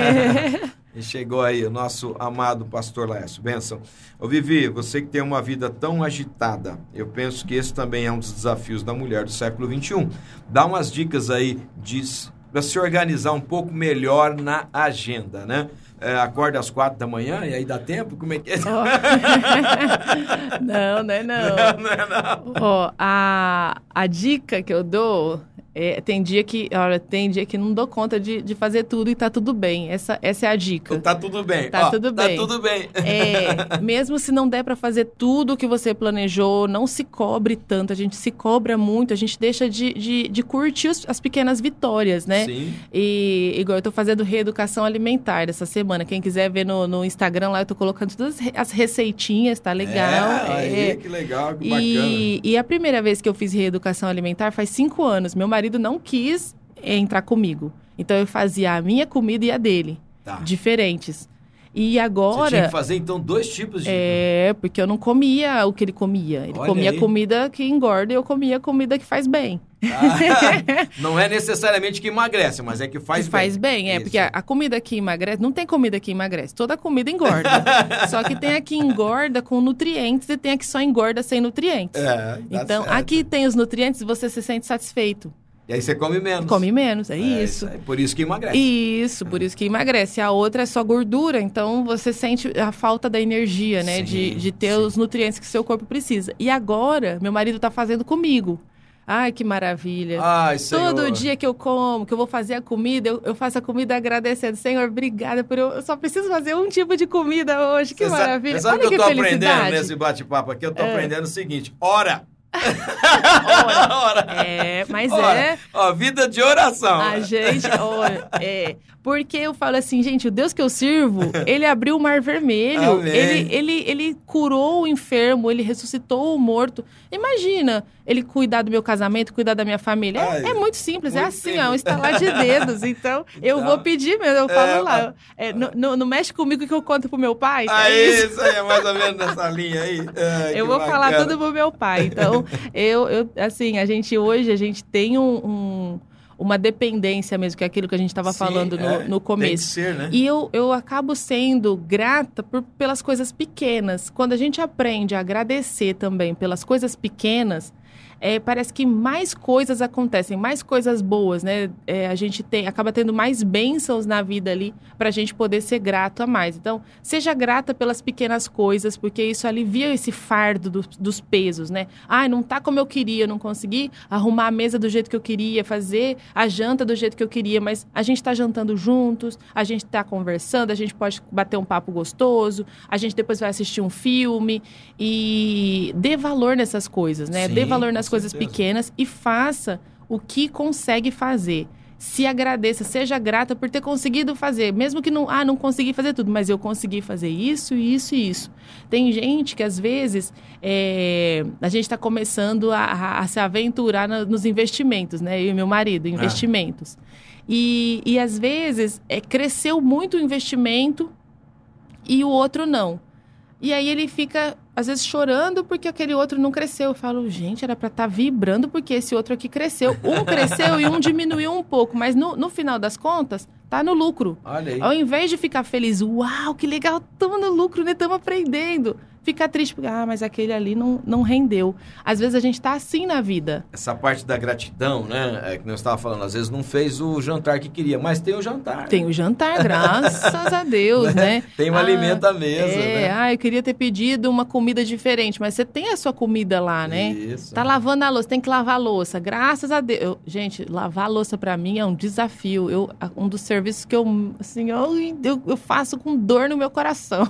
E chegou aí o nosso amado pastor Laércio. Bênção. Ô Vivi, você que tem uma vida tão agitada, eu penso que esse também é um dos desafios da mulher do século vinte e um. Dá umas dicas aí para se organizar um pouco melhor na agenda, né? É, acorda às quatro da manhã e aí dá tempo? Como é que é? Oh. não, não é não. Não, não é não. Oh, a, a dica que eu dou... É, tem dia que, olha, tem dia que não dou conta de, de fazer tudo e tá tudo bem. Essa, essa é a dica. Tá tudo bem. Tá Ó, tudo bem. Tá tudo bem. É, mesmo se não der para fazer tudo o que você planejou, não se cobre tanto. A gente se cobra muito, a gente deixa de, de, de curtir os, as pequenas vitórias, né? Sim. E igual eu tô fazendo reeducação alimentar essa semana. Quem quiser ver no, no Instagram lá, eu tô colocando todas as receitinhas, tá legal. É, é. aí, que legal, que e, bacana. E a primeira vez que eu fiz reeducação alimentar faz cinco anos. Meu marido marido não quis entrar comigo. Então, eu fazia a minha comida e a dele. Tá. Diferentes. E agora... Você tinha que fazer, então, dois tipos de... É, porque eu não comia o que ele comia. Ele Olha comia aí. comida que engorda e eu comia comida que faz bem. Ah, não é necessariamente que emagrece, mas é que faz que bem. Faz bem, é. Isso. Porque a, a comida que emagrece... Não tem comida que emagrece. Toda comida engorda. Só que tem a que engorda com nutrientes e tem a que só engorda sem nutrientes. É, então, certo. Aqui tem os nutrientes e você se sente satisfeito. E aí você come menos. Come menos, é, é isso. isso. É por isso que emagrece. Isso, por isso que emagrece. A outra é só gordura, então você sente a falta da energia, né? Sim, de, de ter sim. os nutrientes que seu corpo precisa. E agora, meu marido tá fazendo comigo. Ai, que maravilha. Ai, Senhor. Todo dia que eu como, que eu vou fazer a comida, eu, eu faço a comida agradecendo. Senhor, obrigada por eu... Eu só preciso fazer um tipo de comida hoje. Que você maravilha. Sabe, sabe Olha que eu que tô felicidade. aprendendo nesse bate-papo aqui? Eu tô é. aprendendo o seguinte. Ora... Ora. Ora. É, mas Ora. é... Ó, vida de oração. A gente... Ora, é... Porque eu falo assim, gente, o Deus que eu sirvo, ele abriu o mar vermelho, ele, ele, ele curou o enfermo, ele ressuscitou o morto. Imagina, ele cuidar do meu casamento, cuidar da minha família. É, é muito simples, muito é assim, simples. É um estalar de dedos. Então, então, eu vou pedir mesmo, eu falo é, lá. É, não, não, não mexe comigo que eu conto pro meu pai. Ah, é isso. isso aí, é mais ou menos nessa linha aí. Ai, eu vou bacana. falar tudo pro meu pai. Então, eu, eu, assim, a gente hoje, a gente tem um... um uma dependência mesmo, que é aquilo que a gente estava falando no, é, no começo. Tem que ser, né? E eu, eu acabo sendo grata por, pelas coisas pequenas. Quando a gente aprende a agradecer também pelas coisas pequenas, é, parece que mais coisas acontecem, mais coisas boas, né? É, a gente tem, acaba tendo mais bênçãos na vida ali para a gente poder ser grato a mais. Então, seja grata pelas pequenas coisas, porque isso alivia esse fardo do, dos pesos, né? Ai, não tá como eu queria, não consegui arrumar a mesa do jeito que eu queria, fazer a janta do jeito que eu queria, mas a gente tá jantando juntos, a gente tá conversando, a gente pode bater um papo gostoso, a gente depois vai assistir um filme e dê valor nessas coisas, né? Sim, dê valor nas coisas pequenas e faça o que consegue fazer. Se agradeça, seja grata por ter conseguido fazer, mesmo que não, ah, não consegui fazer tudo, mas eu consegui fazer isso, isso e isso. Tem gente que às vezes é, a gente está começando a, a, a se aventurar na, nos investimentos, né? Eu e meu marido, investimentos. Ah. E, e às vezes é, cresceu muito o investimento e o outro não. E aí ele fica, às vezes, chorando porque aquele outro não cresceu. Eu falo, gente, era para estar tá vibrando porque esse outro aqui cresceu. Um cresceu e um diminuiu um pouco, mas no, no final das contas, tá no lucro. Olha aí. Ao invés de ficar feliz, uau, que legal, estamos no lucro, né? Estamos aprendendo. Ficar triste porque, ah, mas aquele ali não, não rendeu. Às vezes a gente tá assim na vida. Essa parte da gratidão, né? É que nós estávamos falando, às vezes não fez o jantar que queria, mas tem o jantar. Tem o jantar, graças a Deus, né? Tem um ah, alimento à mesa, é, né? Ah, eu queria ter pedido uma comida diferente, mas você tem a sua comida lá, né? Isso. Tá lavando a louça, tem que lavar a louça, graças a Deus. Eu, gente, lavar a louça pra mim é um desafio. Eu, um dos serviços que eu, assim, eu, eu, eu faço com dor no meu coração.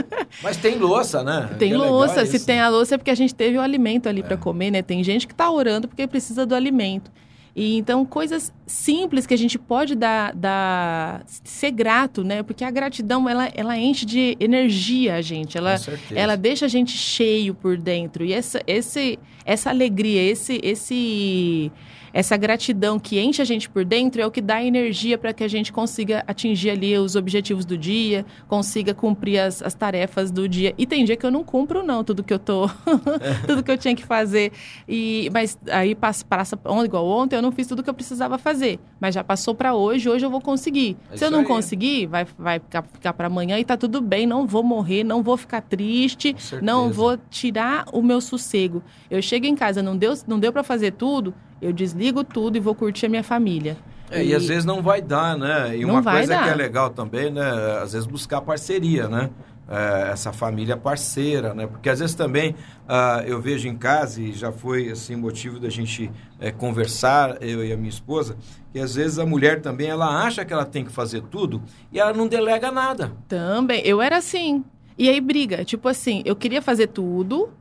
Mas tem louça, né? Tem que louça, se isso. tem a louça é porque a gente teve o alimento ali é. para comer, né? Tem gente que tá orando porque precisa do alimento. E então, coisas simples que a gente pode dar, dar ser grato, né? Porque a gratidão, ela, ela enche de energia a gente. Ela, ela deixa a gente cheio por dentro. E essa, esse, essa alegria, esse... esse essa gratidão que enche a gente por dentro é o que dá energia para que a gente consiga atingir ali os objetivos do dia, consiga cumprir as, as tarefas do dia. E tem dia que eu não cumpro, não, tudo que eu tô, tudo que eu tinha que fazer. E, mas aí passa, passa, igual ontem, eu não fiz tudo que eu precisava fazer. Mas já passou para hoje, hoje eu vou conseguir. É Se eu não aí. conseguir, vai, vai ficar, ficar para amanhã e tá tudo bem, não vou morrer, não vou ficar triste, não vou tirar o meu sossego. Eu chego em casa, não deu, não deu para fazer tudo, eu desligo tudo e vou curtir a minha família. É, e... e às vezes não vai dar, né? E uma coisa dar. que é legal também, né? Às vezes buscar parceria, né? É, essa família parceira, né? Porque às vezes também uh, eu vejo em casa, e já foi assim motivo da gente é, conversar, eu e a minha esposa, que às vezes a mulher também, ela acha que ela tem que fazer tudo e ela não delega nada. Também, eu era assim. E aí briga, tipo assim, eu queria fazer tudo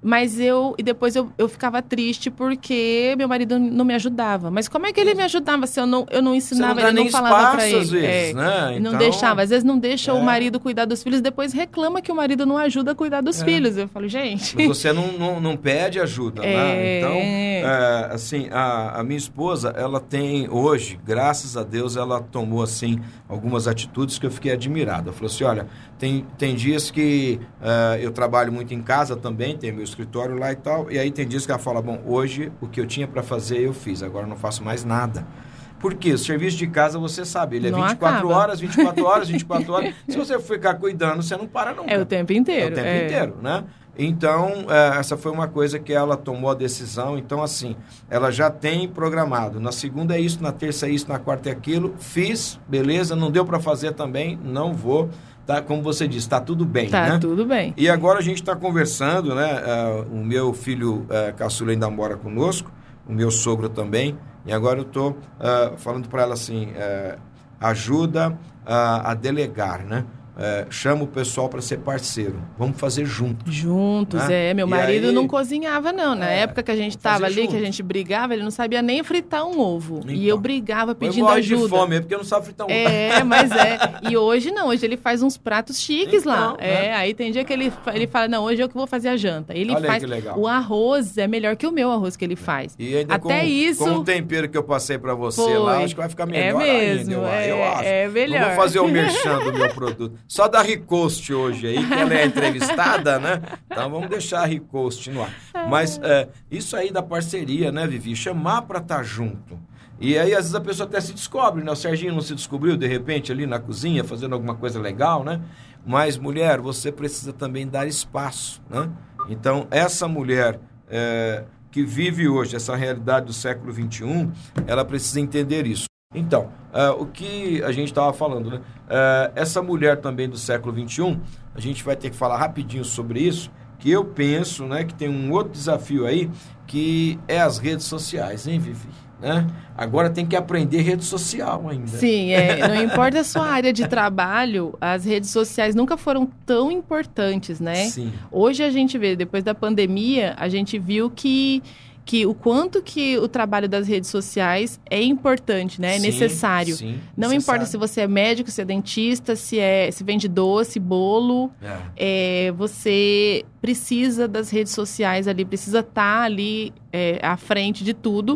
Mas eu, e depois eu, eu ficava triste porque meu marido não me ajudava. Mas como é que ele me ajudava se eu não, eu não ensinava, Você não ele não falava pra ele? Às vezes, é, né? Não então, deixava. Às vezes não deixa é. o marido cuidar dos filhos, depois reclama que o marido não ajuda a cuidar dos é. filhos. Eu falo, gente... Mas você não, não, não pede ajuda, é. né? Então, é, assim, a, a minha esposa, ela tem hoje, graças a Deus, ela tomou, assim, algumas atitudes que eu fiquei admirado. Ela falou assim, olha, tem, tem dias que uh, eu trabalho muito em casa também, tem meu escritório lá e tal, e aí tem dias que ela fala, bom, hoje o que eu tinha para fazer eu fiz, agora não faço mais nada. Por quê? O serviço de casa, você sabe, ele é não vinte e quatro acaba. horas, vinte e quatro horas, vinte e quatro horas. Se você ficar cuidando, você não para nunca. É o tempo inteiro. É o tempo é. inteiro, né? Então, é, essa foi uma coisa que ela tomou a decisão. Então, assim, ela já tem programado. Na segunda é isso, na terça é isso, na quarta é aquilo. Fiz, beleza, não deu para fazer também, não vou. Tá, como você disse, tá tudo bem, tá né? Tá tudo bem. E agora a gente está conversando, né? Uh, o meu filho uh, caçula ainda mora conosco, o meu sogro também. E agora eu estou uh, falando para ela assim, uh, ajuda uh, a delegar, né? É, chama o pessoal para ser parceiro. Vamos fazer juntos. Juntos, né? é. Meu E marido aí, não cozinhava, não. Na é, época que a gente estava ali, juntos. que a gente brigava, ele não sabia nem fritar um ovo. Então, e eu brigava pedindo eu ajuda. de fome, é porque não sabe fritar um ovo. É, mas é. E hoje não, hoje ele faz uns pratos chiques então, lá. né? É, aí tem dia que ele, ele fala, não, hoje eu que vou fazer a janta. Ele Olha faz. aí que legal. O arroz é melhor que o meu arroz que ele faz. E ainda Até com, isso. com o tempero que eu passei para você foi. lá, acho que vai ficar melhor é mesmo, ainda, eu, é, eu acho. É melhor. Vamos fazer o merchan do meu produto. Só da Ricost hoje aí, que ela é entrevistada, né? Então vamos deixar a Ricost no ar. Mas é, isso aí da parceria, né, Vivi? Chamar para estar junto. E aí, às vezes, a pessoa até se descobre, né? O Serginho não se descobriu, de repente, ali na cozinha, fazendo alguma coisa legal, né? Mas, mulher, você precisa também dar espaço, né? Então, essa mulher é, que vive hoje, essa realidade do século vinte e um, ela precisa entender isso. Então, uh, o que a gente estava falando, né? Uh, essa mulher também do século vinte e um, a gente vai ter que falar rapidinho sobre isso, que eu penso, né, que tem um outro desafio aí, que é as redes sociais, hein, Vivi? Né? Agora tem que aprender rede social ainda. Sim, é, não importa a sua área de trabalho, as redes sociais nunca foram tão importantes, né? Sim. Hoje a gente vê, depois da pandemia, a gente viu que... que o quanto que o trabalho das redes sociais é importante, né? É sim, necessário. Sim, não necessário. importa se você é médico, se é dentista, se, é, se vende doce, bolo. É. É, você precisa das redes sociais ali, precisa estar ali é, à frente de tudo.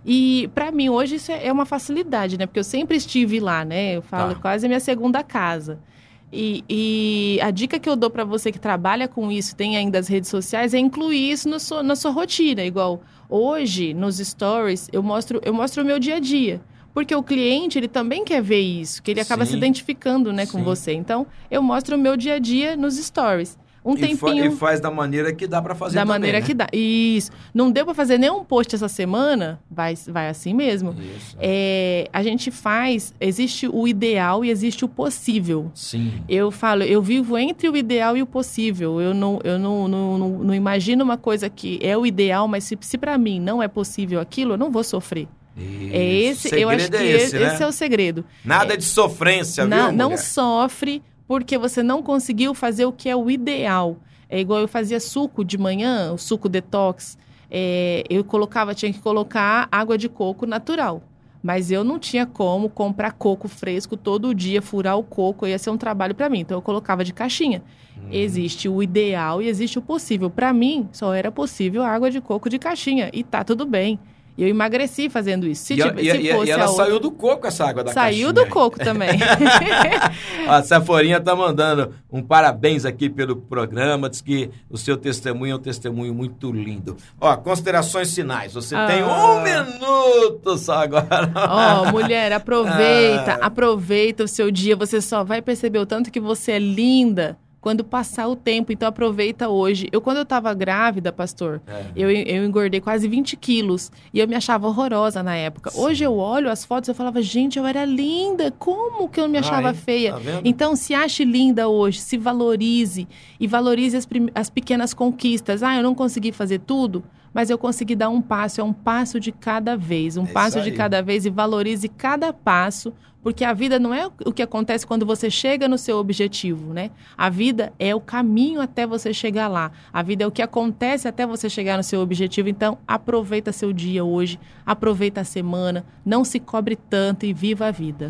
E, para mim, hoje isso é uma facilidade, né? Porque eu sempre estive lá, né? Eu falo, tá. quase a minha segunda casa. E, e a dica que eu dou para você que trabalha com isso, tem ainda as redes sociais, é incluir isso no seu, na sua rotina. Igual hoje, nos stories, eu mostro, eu mostro o meu dia a dia. Porque o cliente, ele também quer ver isso, que ele acaba Sim. se identificando, né, com Sim. você. Então, eu mostro o meu dia a dia nos stories. Um e tempinho... Fa, e faz da maneira que dá para fazer Da também, maneira né? que dá. Isso. Não deu para fazer nenhum post essa semana? Vai, vai assim mesmo. Isso. É, a gente faz... Existe o ideal e existe o possível. Sim. Eu falo, eu vivo entre o ideal e o possível. Eu não, eu não, não, não, não imagino uma coisa que é o ideal, mas se, se para mim não é possível aquilo, eu não vou sofrer. Isso. É esse, eu acho que é esse, esse né? é o segredo. Nada é, de sofrência, não, viu, não mulher? sofre porque você não conseguiu fazer o que é o ideal. É igual eu fazia suco de manhã, o suco detox. É, eu colocava, tinha que colocar água de coco natural. Mas eu não tinha como comprar coco fresco todo dia, furar o coco, ia ser um trabalho para mim. Então eu colocava de caixinha. Hum. Existe o ideal e existe o possível. Para mim, só era possível água de coco de caixinha. E tá tudo bem. E eu emagreci fazendo isso. Se, e, tivesse, e, se fosse e ela a outra... saiu do coco, essa água da Saiu caixinha. do coco também. A Saforinha tá mandando um parabéns aqui pelo programa. Diz que o seu testemunho é um testemunho muito lindo. Ó, considerações finais. Você ah. tem um minuto só agora. Ó, mulher, aproveita. Ah. Aproveita o seu dia. Você só vai perceber o tanto que você é linda quando passar o tempo, então aproveita hoje. Eu, quando eu tava grávida, pastor, é. eu, eu engordei quase vinte quilos e eu me achava horrorosa na época. Sim. Hoje eu olho as fotos e eu falava, gente, eu era linda, como que eu me achava Ai, feia? Tá vendo? Então, se ache linda hoje, se valorize e valorize as, prim- as pequenas conquistas. Ah, eu não consegui fazer tudo, mas eu consegui dar um passo, é um passo de cada vez, um é passo de cada vez e valorize cada passo, Porque a vida não é o que acontece quando você chega no seu objetivo, né? A vida é o caminho até você chegar lá. A vida é o que acontece até você chegar no seu objetivo. Então, aproveita seu dia hoje, aproveita a semana, não se cobre tanto e viva a vida.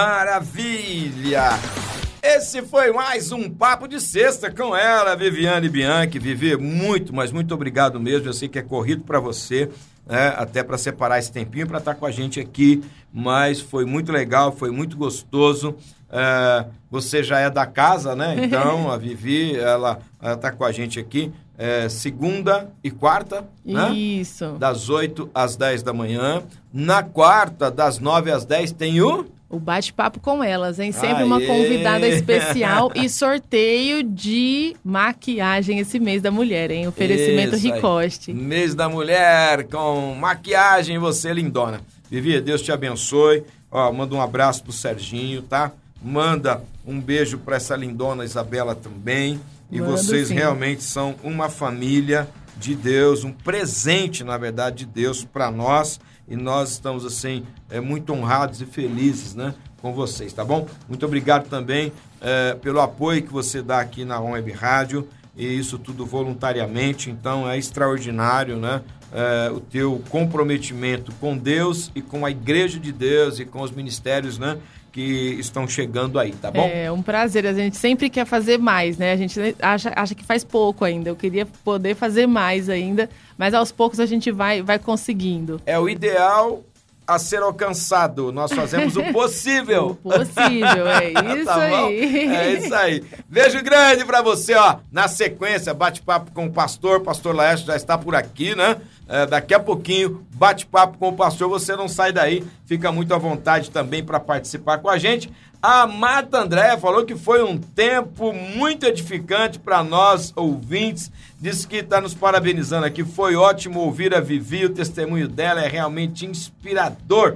Maravilha! Esse foi mais um Papo de Sexta com ela, Viviane Bianchi. Vivi, muito, mas muito obrigado mesmo. Eu sei que é corrido para você, né? Até para separar esse tempinho para estar com a gente aqui, mas foi muito legal, foi muito gostoso. É, você já é da casa, né? Então, a Vivi, ela está com a gente aqui é, segunda e quarta, né? Isso. Das oito às dez da manhã. Na quarta, das nove às dez, tem o... O bate-papo com elas, hein? Sempre Aê! Uma convidada especial e sorteio de maquiagem esse mês da mulher, hein? Oferecimento Isso aí. Ricoste. Mês da mulher com maquiagem, você lindona. Vivi, Deus te abençoe. Ó, manda um abraço pro Serginho, tá? Manda um beijo pra essa lindona Isabela também. E Mando, vocês sim. realmente são uma família de Deus, um presente, na verdade, de Deus para nós. E nós estamos, assim, é, muito honrados e felizes, né, com vocês, tá bom? Muito obrigado também é, pelo apoio que você dá aqui na On Web Rádio, e isso tudo voluntariamente, então é extraordinário, né, é, o teu comprometimento com Deus e com a Igreja de Deus e com os ministérios, né, que estão chegando aí, tá bom? É um prazer, a gente sempre quer fazer mais, né? A gente acha, acha que faz pouco ainda, eu queria poder fazer mais ainda, mas aos poucos a gente vai, vai conseguindo. É o ideal a ser alcançado, nós fazemos o possível. O possível, é isso Tá aí. É isso aí. Beijo grande pra você, ó. Na sequência, bate-papo com o pastor, pastor Laércio já está por aqui, né? É, daqui a pouquinho, bate-papo com o pastor, você não sai daí, fica muito à vontade também para participar com a gente. A Marta Andréa falou que foi um tempo muito edificante para nós, ouvintes, disse que está nos parabenizando aqui, foi ótimo ouvir a Vivi, o testemunho dela é realmente inspirador.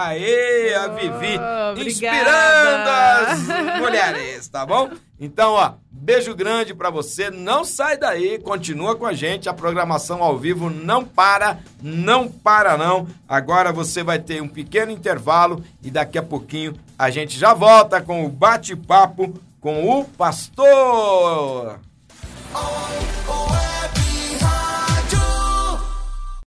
Aê, a Vivi, oh, inspirando as mulheres, tá bom? Então, ó, beijo grande pra você, não sai daí, continua com a gente, a programação ao vivo não para, não para não. Agora você vai ter um pequeno intervalo e daqui a pouquinho a gente já volta com o bate-papo com o pastor.